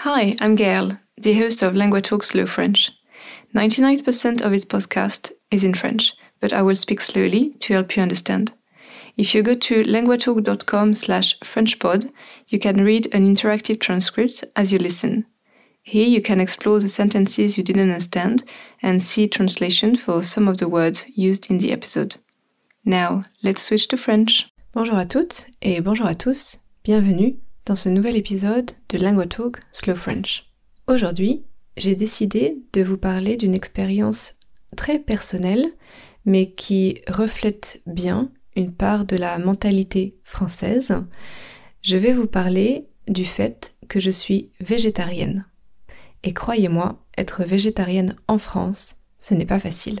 Hi, I'm Gail, the host of LanguaTalk Slow French. 99% of its podcast is in French, but I will speak slowly to help you understand. If you go to languatalk.com/FrenchPod, you can read an interactive transcript as you listen. Here you can explore the sentences you didn't understand and see translation for some of the words used in the episode. Now, let's switch to French. Bonjour à toutes et bonjour à tous, bienvenue dans ce nouvel épisode de LanguaTalk Slow French. Aujourd'hui, j'ai décidé de vous parler d'une expérience très personnelle, mais qui reflète bien une part de la mentalité française. Je vais vous parler du fait que je suis végétarienne. Et croyez-moi, être végétarienne en France, ce n'est pas facile.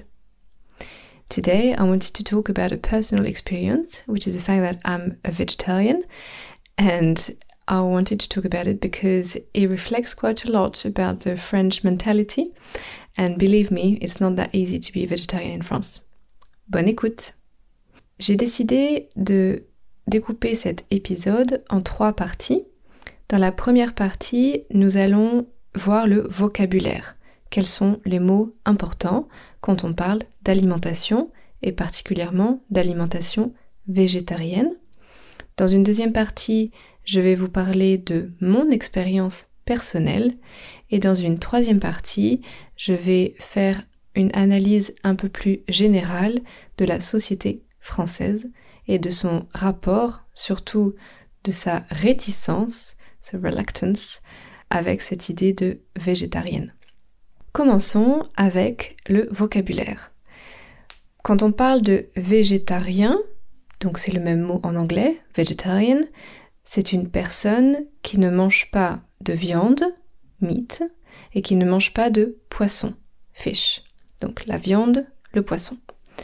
Today, I wanted to talk about a personal experience, which is the fact that I'm a vegetarian, and I wanted to talk about it because it reflects quite a lot about the French mentality, and believe me, it's not that easy to be a vegetarian in France. Bonne écoute! J'ai décidé de découper cet épisode en 3 parties. Dans la première partie, nous allons voir le vocabulaire. Quels sont les mots importants quand on parle d'alimentation et particulièrement d'alimentation végétarienne. Dans une deuxième partie, je vais vous parler de mon expérience personnelle et dans une troisième partie, je vais faire une analyse un peu plus générale de la société française et de son rapport, surtout de sa réticence, sa reluctance, avec cette idée de végétarienne. Commençons avec le vocabulaire. Quand on parle de végétarien, donc c'est le même mot en anglais, vegetarian, c'est une personne qui ne mange pas de viande, meat, et qui ne mange pas de poisson, fish. Donc la viande, le poisson.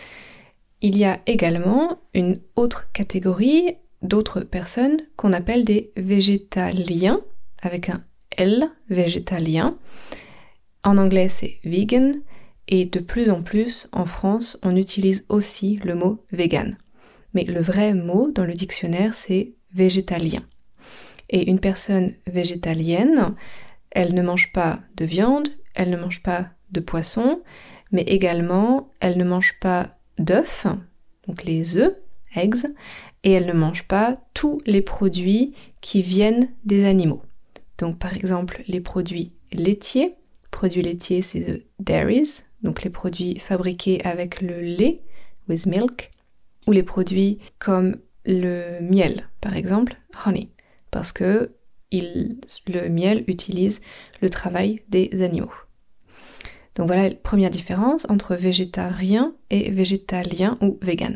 Il y a également une autre catégorie d'autres personnes qu'on appelle des végétaliens, avec un L, végétalien. En anglais, c'est vegan, et de plus en plus, en France, on utilise aussi le mot vegan. Mais le vrai mot dans le dictionnaire, c'est végétalien. Et une personne végétalienne, elle ne mange pas de viande, elle ne mange pas de poisson, mais également, elle ne mange pas d'œufs, donc les œufs, eggs, et elle ne mange pas tous les produits qui viennent des animaux. Donc par exemple, les produits laitiers. Produits laitiers, c'est the dairies, donc les produits fabriqués avec le lait, with milk, ou les produits comme le miel, par exemple, honey, parce que le miel utilise le travail des animaux. Donc voilà la première différence entre végétarien et végétalien ou vegan.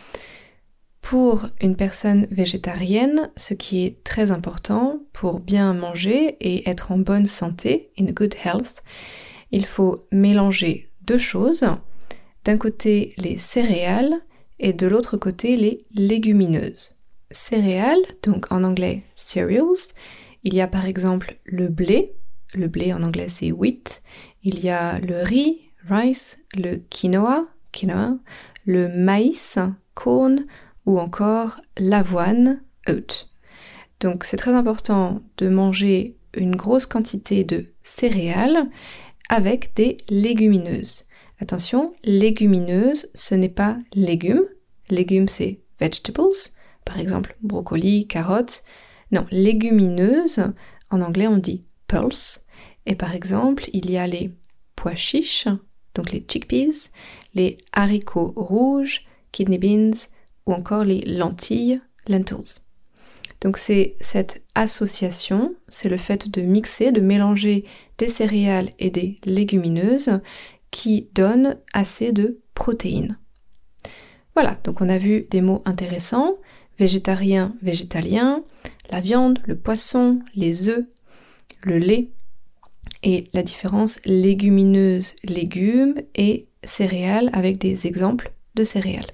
Pour une personne végétarienne, ce qui est très important pour bien manger et être en bonne santé, in good health, il faut mélanger 2 choses. D'un côté, les céréales et de l'autre côté, les légumineuses. Céréales, donc en anglais cereals, il y a par exemple le blé en anglais c'est wheat, il y a le riz, rice, le quinoa, le maïs, corn, ou encore l'avoine, oat. Donc c'est très important de manger une grosse quantité de céréales avec des légumineuses. Attention, légumineuses, ce n'est pas légumes. Légumes, c'est vegetables, par exemple brocoli, carottes. Non, légumineuses, en anglais on dit pulse. Et par exemple, il y a les pois chiches, donc les chickpeas, les haricots rouges, kidney beans, ou encore les lentilles, lentils. Donc c'est cette association, c'est le fait de mixer, de mélanger des céréales et des légumineuses qui donne assez de protéines. Voilà, donc on a vu des mots intéressants, végétarien, végétalien, la viande, le poisson, les œufs, le lait, et la différence légumineuse, légumes et céréales avec des exemples de céréales.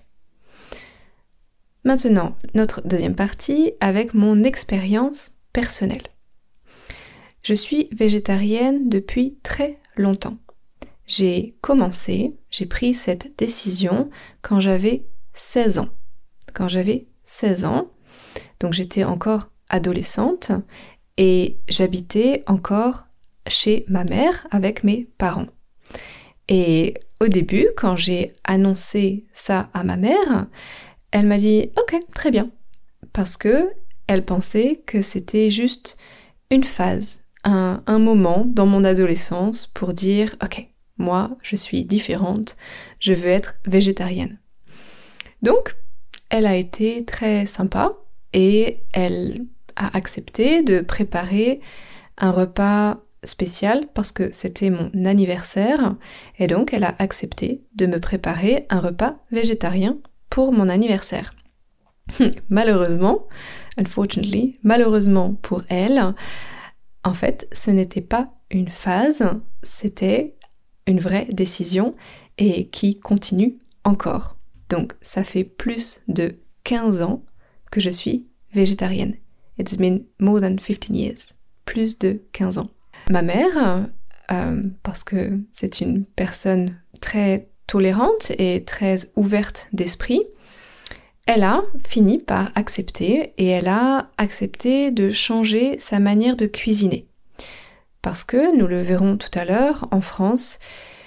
Maintenant, notre deuxième partie avec mon expérience personnelle. Je suis végétarienne depuis très longtemps. J'ai pris cette décision quand j'avais 16 ans. Donc j'étais encore adolescente et j'habitais encore chez ma mère avec mes parents. Et au début, quand j'ai annoncé ça à ma mère, elle m'a dit « Ok, très bien », parce que elle pensait que c'était juste une phase, un moment dans mon adolescence pour dire « Ok, moi, je suis différente, je veux être végétarienne ». Donc, elle a été très sympa et elle a accepté de préparer un repas spécial parce que c'était mon anniversaire et donc elle a accepté de me préparer un repas végétarien pour mon anniversaire. Malheureusement pour elle, en fait, ce n'était pas une phase, c'était une vraie décision et qui continue encore. Donc, ça fait plus de 15 ans que je suis végétarienne. It's been more than 15 years. Plus de 15 ans. Ma mère, parce que c'est une personne très tolérante et très ouverte d'esprit, elle a fini par accepter et elle a accepté de changer sa manière de cuisiner. Parce que, nous le verrons tout à l'heure, en France,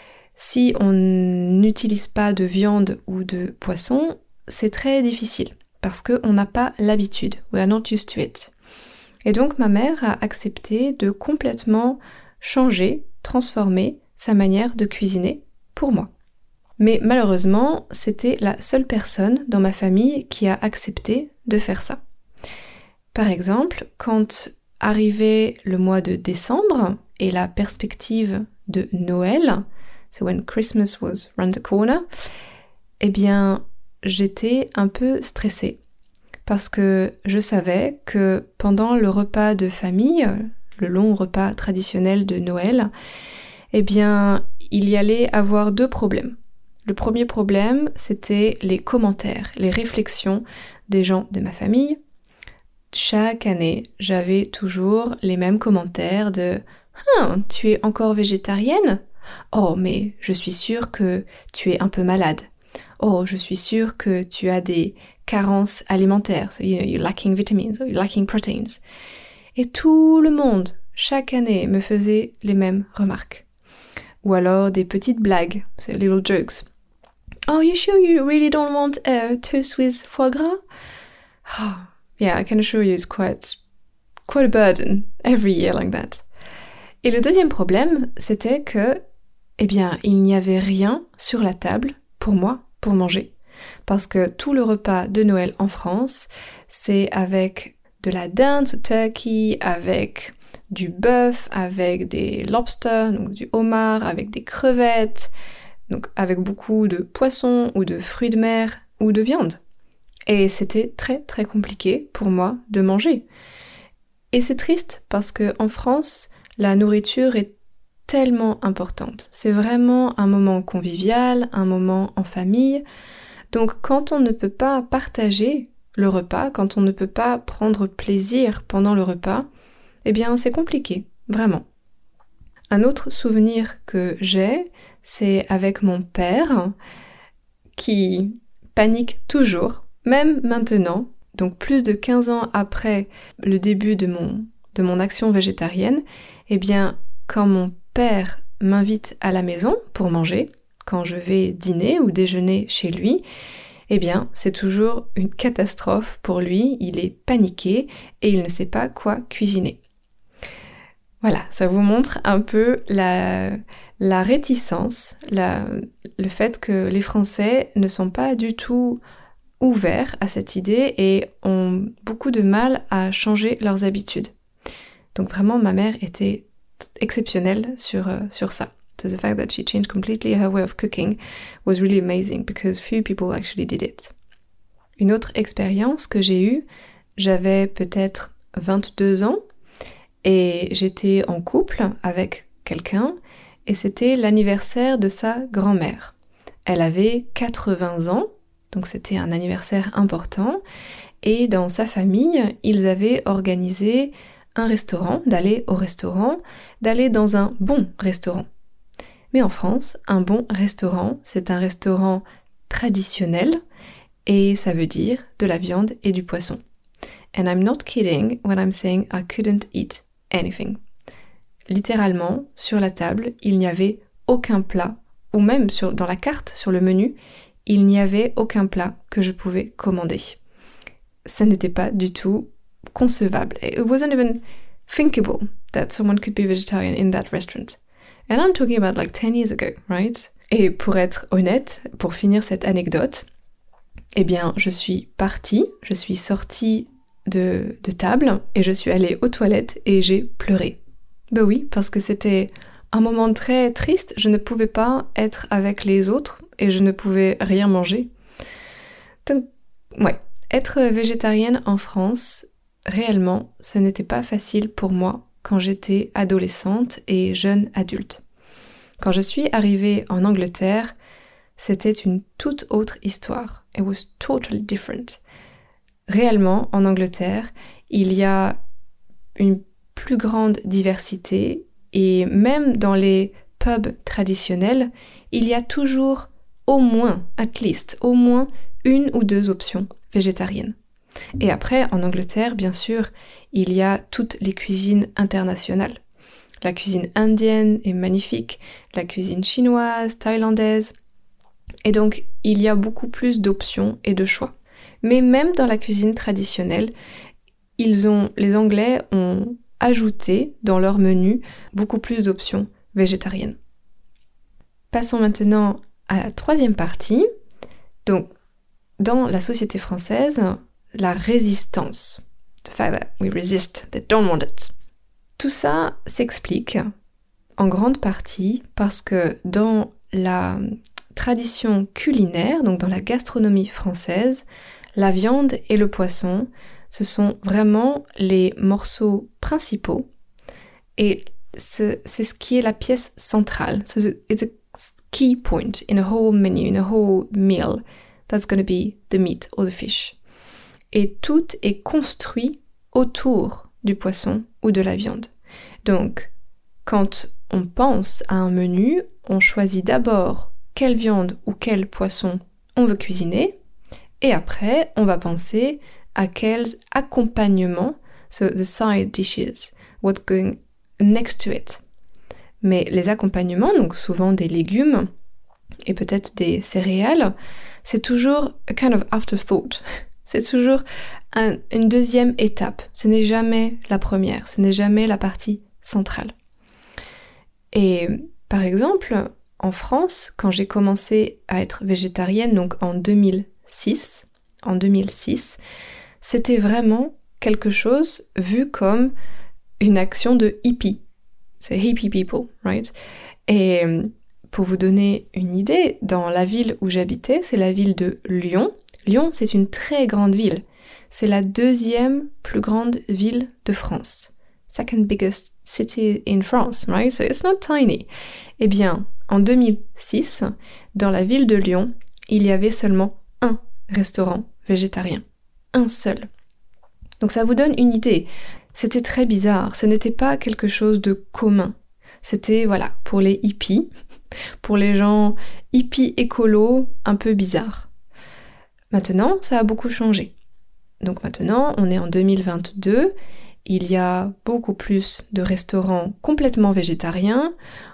si on n'utilise pas de viande ou de poisson, c'est très difficile parce qu'on n'a pas l'habitude. We are not used to it. Et donc ma mère a accepté de complètement changer, transformer sa manière de cuisiner pour moi. Mais malheureusement, c'était la seule personne dans ma famille qui a accepté de faire ça. Par exemple, quand arrivait le mois de décembre et la perspective de Noël, so when Christmas was round the corner, eh bien, j'étais un peu stressée parce que je savais que pendant le repas de famille, le long repas traditionnel de Noël, eh bien, il y allait avoir 2 problèmes. Le premier problème, c'était les commentaires, les réflexions des gens de ma famille. Chaque année, j'avais toujours les mêmes commentaires de « tu es encore végétarienne ? Oh, mais je suis sûre que tu es un peu malade. Oh, je suis sûre que tu as des carences alimentaires. So, you're lacking vitamins, or you're lacking proteins. » Et tout le monde, chaque année, me faisait les mêmes remarques. Ou alors des petites blagues, so little jokes. Oh, you sure you really don't want a toast with foie gras? Oh, yeah, I can assure you it's quite a burden every year like that. Et le deuxième problème, c'était que, eh bien, il n'y avait rien sur la table pour moi, pour manger. Parce que tout le repas de Noël en France, c'est avec de la dinde, turkey, avec du bœuf, avec des lobsters, donc du homard, avec des crevettes, donc avec beaucoup de poissons ou de fruits de mer ou de viande. Et c'était très très compliqué pour moi de manger. Et c'est triste parce qu'en France, la nourriture est tellement importante. C'est vraiment un moment convivial, un moment en famille. Donc quand on ne peut pas partager le repas, quand on ne peut pas prendre plaisir pendant le repas, eh bien c'est compliqué, vraiment. Un autre souvenir que j'ai, c'est avec mon père qui panique toujours, même maintenant, donc plus de 15 ans après le début de mon action végétarienne, eh bien quand mon père m'invite à la maison pour manger, quand je vais dîner ou déjeuner chez lui, eh bien c'est toujours une catastrophe pour lui, il est paniqué et il ne sait pas quoi cuisiner. Voilà, ça vous montre un peu la réticence, le fait que les Français ne sont pas du tout ouverts à cette idée et ont beaucoup de mal à changer leurs habitudes. Donc vraiment, ma mère était exceptionnelle sur ça. So the fact that she changed completely her way of cooking was really amazing because few people actually did it. Une autre expérience que j'ai eue, j'avais peut-être 22 ans et j'étais en couple avec quelqu'un et c'était l'anniversaire de sa grand-mère. Elle avait 80 ans, donc c'était un anniversaire important et dans sa famille, ils avaient organisé un restaurant, d'aller au restaurant, d'aller dans un bon restaurant. Mais en France, un bon restaurant, c'est un restaurant traditionnel et ça veut dire de la viande et du poisson. And I'm not kidding when I'm saying I couldn't eat anything. Littéralement, sur la table, il n'y avait aucun plat, ou même dans la carte, sur le menu, il n'y avait aucun plat que je pouvais commander. Ce n'était pas du tout concevable. It wasn't even thinkable that someone could be vegetarian in that restaurant. And I'm talking about like 10 years ago, right? Et pour être honnête, pour finir cette anecdote, eh bien, je suis sortie de table et je suis allée aux toilettes et j'ai pleuré. Ben oui, parce que c'était un moment très triste, je ne pouvais pas être avec les autres et je ne pouvais rien manger. Donc, ouais, être végétarienne en France, réellement, ce n'était pas facile pour moi quand j'étais adolescente et jeune adulte. Quand je suis arrivée en Angleterre, c'était une toute autre histoire. It was totally different. Réellement, en Angleterre, il y a une plus grande diversité et même dans les pubs traditionnels, il y a toujours au moins une ou deux options végétariennes. Et après, en Angleterre, bien sûr, il y a toutes les cuisines internationales. La cuisine indienne est magnifique, la cuisine chinoise, thaïlandaise. Et donc, il y a beaucoup plus d'options et de choix. Mais même dans la cuisine traditionnelle, les Anglais ont ajouté dans leur menu beaucoup plus d'options végétariennes. Passons maintenant à la troisième partie. Donc, dans la société française, la résistance. The fact that we resist, they don't want it. Tout ça s'explique en grande partie parce que dans la tradition culinaire, donc dans la gastronomie française, la viande et le poisson, ce sont vraiment les morceaux principaux et c'est ce qui est la pièce centrale. So it's a key point in a whole menu, in a whole meal. That's going to be the meat or the fish. Et tout est construit autour du poisson ou de la viande. Donc, quand on pense à un menu, on choisit d'abord quelle viande ou quel poisson on veut cuisiner, et après, on va penser à quels accompagnements, so the side dishes, what's going next to it. Mais les accompagnements, donc souvent des légumes et peut-être des céréales, c'est toujours a kind of afterthought. C'est toujours une deuxième étape. Ce n'est jamais la première, ce n'est jamais la partie centrale. Et par exemple, en France, quand j'ai commencé à être végétarienne, donc en 2006, c'était vraiment quelque chose vu comme une action de hippie. C'est hippie people, right? Et pour vous donner une idée, dans la ville où j'habitais, c'est la ville de Lyon. Lyon, c'est une très grande ville. C'est la deuxième plus grande ville de France. Second biggest city in France, right? So it's not tiny. Eh bien, en 2006, dans la ville de Lyon, il y avait seulement un restaurant végétarien. Un seul. Donc ça vous donne une idée. C'était très bizarre. Ce n'était pas quelque chose de commun. C'était, voilà, pour les hippies, pour les gens hippies écolos, un peu bizarres. Maintenant, ça a beaucoup changé. Donc maintenant, on est en 2022, il y a beaucoup plus de restaurants complètement végétariens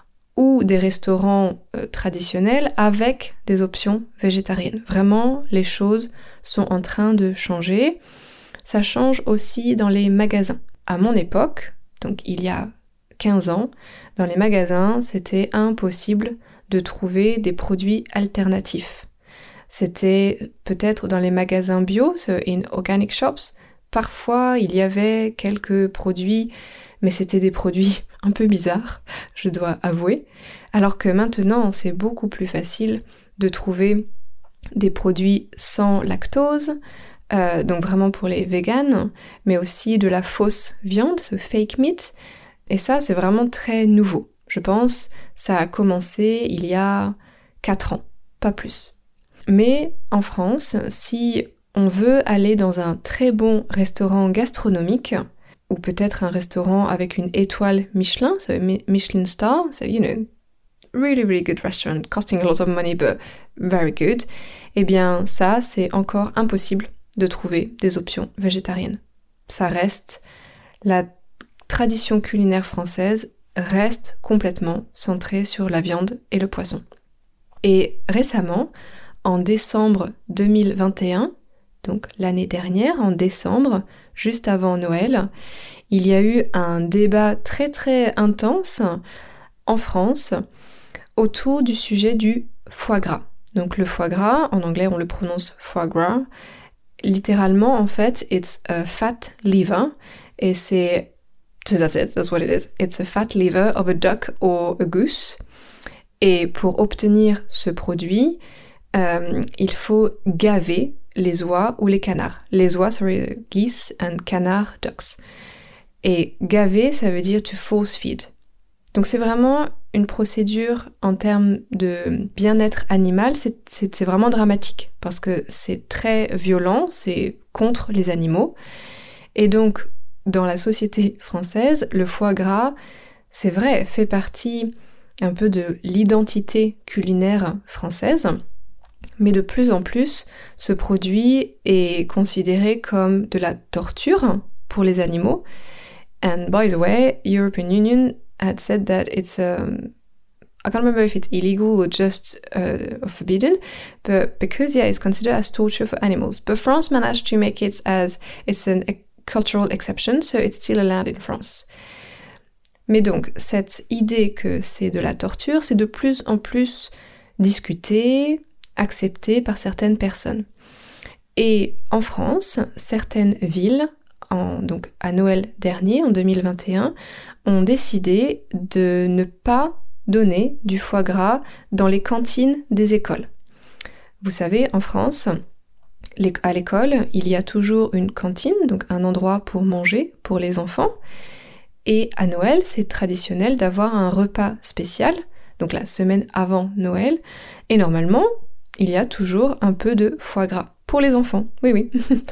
ou des restaurants traditionnels avec des options végétariennes. Vraiment, les choses sont en train de changer. Ça change aussi dans les magasins. À mon époque, donc il y a 15 ans, dans les magasins, c'était impossible de trouver des produits alternatifs. C'était peut-être dans les magasins bio, so in organic shops. Parfois, il y avait quelques produits, mais c'était des produits un peu bizarres, je dois avouer. Alors que maintenant, c'est beaucoup plus facile de trouver des produits sans lactose, donc vraiment pour les véganes, mais aussi de la fausse viande, ce fake meat. Et ça, c'est vraiment très nouveau. Je pense ça a commencé il y a 4 ans, pas plus. Mais en France, si on veut aller dans un très bon restaurant gastronomique, ou peut-être un restaurant avec une étoile Michelin, so Michelin star, so you know, really, really good restaurant, costing a lot of money, but very good, eh bien ça, c'est encore impossible de trouver des options végétariennes. ça reste, la tradition culinaire française reste complètement centrée sur la viande et le poisson. Et récemment, en décembre 2021, donc l'année dernière, en décembre, juste avant Noël, il y a eu un débat très très intense en France autour du sujet du foie gras. Donc le foie gras, en anglais on le prononce foie gras, littéralement en fait it's a fat liver, et that's what it is. It's a fat liver of a duck or a goose. Et pour obtenir ce produit, il faut gaver les oies ou les canards. Les oies, geese, and canards, ducks. Et gaver, ça veut dire to force feed. Donc c'est vraiment une procédure en termes de bien-être animal, c'est vraiment dramatique parce que c'est très violent, c'est contre les animaux. Et donc, dans la société française, le foie gras, c'est vrai, fait partie un peu de l'identité culinaire française, mais de plus en plus, ce produit est considéré comme de la torture pour les animaux. And by the way, European Union had said that it's I can't remember if it's illegal or just forbidden, but because it's considered as torture for animals. But France managed to make it as it's a cultural exception, so it's still allowed in France. Mais donc, cette idée que c'est de la torture, c'est de plus en plus discuté, accepté par certaines personnes. Et en France, certaines villes, donc à Noël dernier, en 2021, ont décidé de ne pas donner du foie gras dans les cantines des écoles. Vous savez, en France, à l'école, il y a toujours une cantine, donc un endroit pour manger pour les enfants. Et à Noël, c'est traditionnel d'avoir un repas spécial, donc la semaine avant Noël. Et normalement, il y a toujours un peu de foie gras pour les enfants. Oui.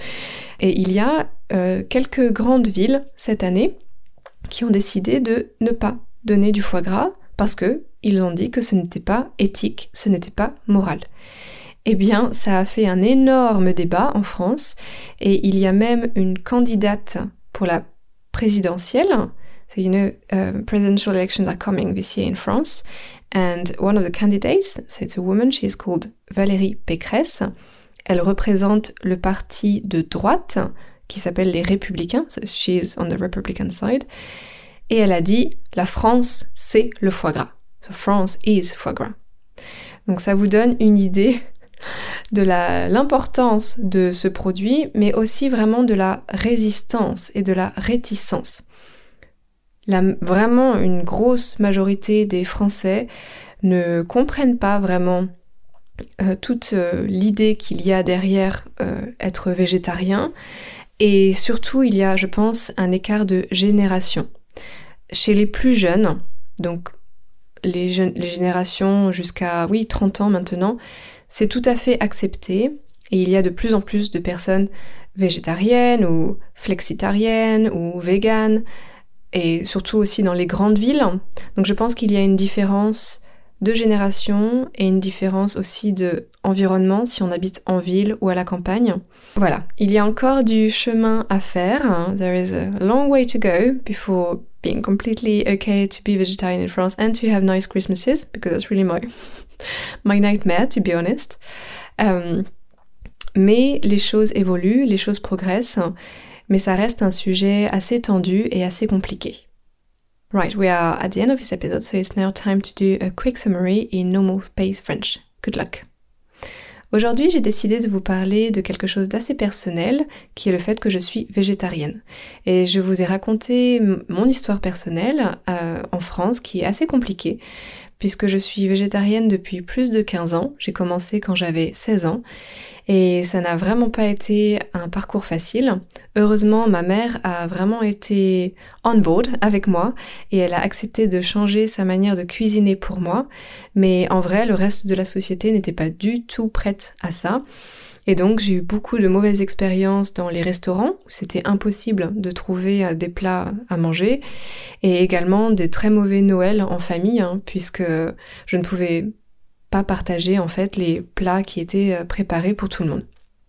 Et il y a quelques grandes villes cette année qui ont décidé de ne pas donner du foie gras parce qu'ils ont dit que ce n'était pas éthique, ce n'était pas moral. Eh bien, ça a fait un énorme débat en France et il y a même une candidate pour la présidentielle. So you know, presidential elections are coming this year in France, and one of the candidates, so it's a woman, she is called Valérie Pécresse. Elle représente le parti de droite qui s'appelle les Républicains, so she is on the Republican side, et elle a dit « La France, c'est le foie gras ». So France is foie gras. Donc ça vous donne une idée de l'importance de ce produit, mais aussi vraiment de la résistance et de la réticence. Vraiment, une grosse majorité des Français ne comprennent pas vraiment toute l'idée qu'il y a derrière être végétarien. Et surtout, il y a, je pense, un écart de génération. Chez les plus jeunes, donc les générations jusqu'à 30 ans maintenant, c'est tout à fait accepté. Et il y a de plus en plus de personnes végétariennes ou flexitariennes ou véganes, et surtout aussi dans les grandes villes. Donc je pense qu'il y a une différence de génération et une différence aussi d'environnement si on habite en ville ou à la campagne. Voilà, il y a encore du chemin à faire. There is a long way to go before being completely okay to be vegetarian in France and to have nice Christmases, because that's really my nightmare, to be honest. Mais les choses évoluent, les choses progressent, mais ça reste un sujet assez tendu et assez compliqué. Right, we are at the end of this episode, so it's now time to do a quick summary in normal pace French. Good luck! Aujourd'hui, j'ai décidé de vous parler de quelque chose d'assez personnel, qui est le fait que je suis végétarienne. Et je vous ai raconté mon histoire personnelle en France, qui est assez compliquée, puisque je suis végétarienne depuis plus de 15 ans. J'ai commencé quand j'avais 16 ans. Et ça n'a vraiment pas été un parcours facile. Heureusement, ma mère a vraiment été on board avec moi et elle a accepté de changer sa manière de cuisiner pour moi. Mais en vrai, le reste de la société n'était pas du tout prête à ça. Et donc, j'ai eu beaucoup de mauvaises expériences dans les restaurants où c'était impossible de trouver des plats à manger. Et également des très mauvais Noëls en famille, puisque je ne pouvais pas partager en fait les plats qui étaient préparés pour tout le monde.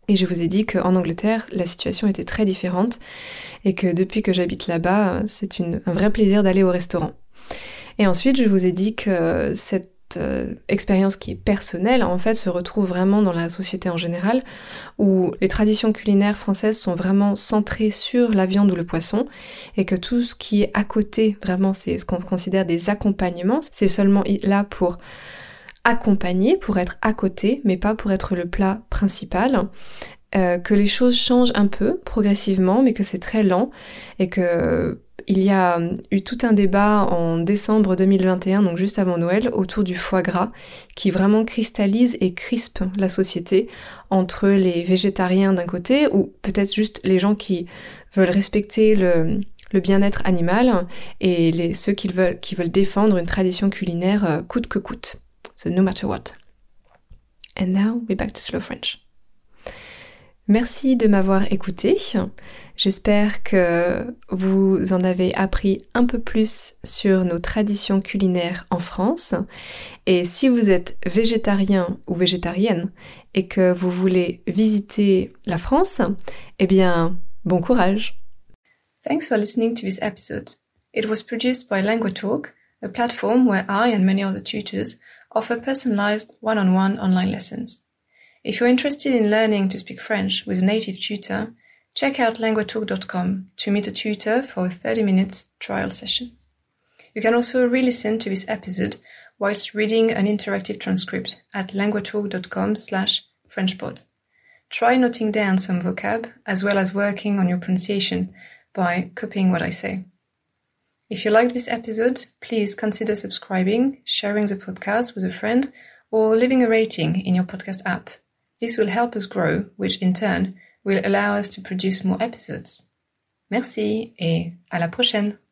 Et je vous ai dit qu'en Angleterre, la situation était très différente et que depuis que j'habite là-bas, c'est un vrai plaisir d'aller au restaurant. Et ensuite, je vous ai dit que cette expérience qui est personnelle, en fait, se retrouve vraiment dans la société en général, où les traditions culinaires françaises sont vraiment centrées sur la viande ou le poisson, et que tout ce qui est à côté, vraiment, c'est ce qu'on considère des accompagnements, c'est seulement là pour accompagner, pour être à côté, mais pas pour être le plat principal. Que les choses changent un peu progressivement, mais que c'est très lent et que il y a eu tout un débat en décembre 2021, donc juste avant Noël, autour du foie gras, qui vraiment cristallise et crispe la société entre les végétariens d'un côté, ou peut-être juste les gens qui veulent respecter le bien-être animal, et ceux qui veulent défendre une tradition culinaire coûte que coûte. So no matter what. And now we're back to slow French. Merci de m'avoir écouté. J'espère que vous en avez appris un peu plus sur nos traditions culinaires en France. Et si vous êtes végétarien ou végétarienne et que vous voulez visiter la France, eh bien, bon courage. Thanks for listening to this episode. It was produced by LanguaTalk, a platform where I and many other tutors offer personalized one-on-one online lessons. If you're interested in learning to speak French with a native tutor, check out LanguaTalk.com to meet a tutor for a 30-minute trial session. You can also re-listen to this episode whilst reading an interactive transcript at LanguaTalk.com/FrenchPod. Try noting down some vocab as well as working on your pronunciation by copying what I say. If you liked this episode, please consider subscribing, sharing the podcast with a friend, or leaving a rating in your podcast app. This will help us grow, which in turn will allow us to produce more episodes. Merci et à la prochaine!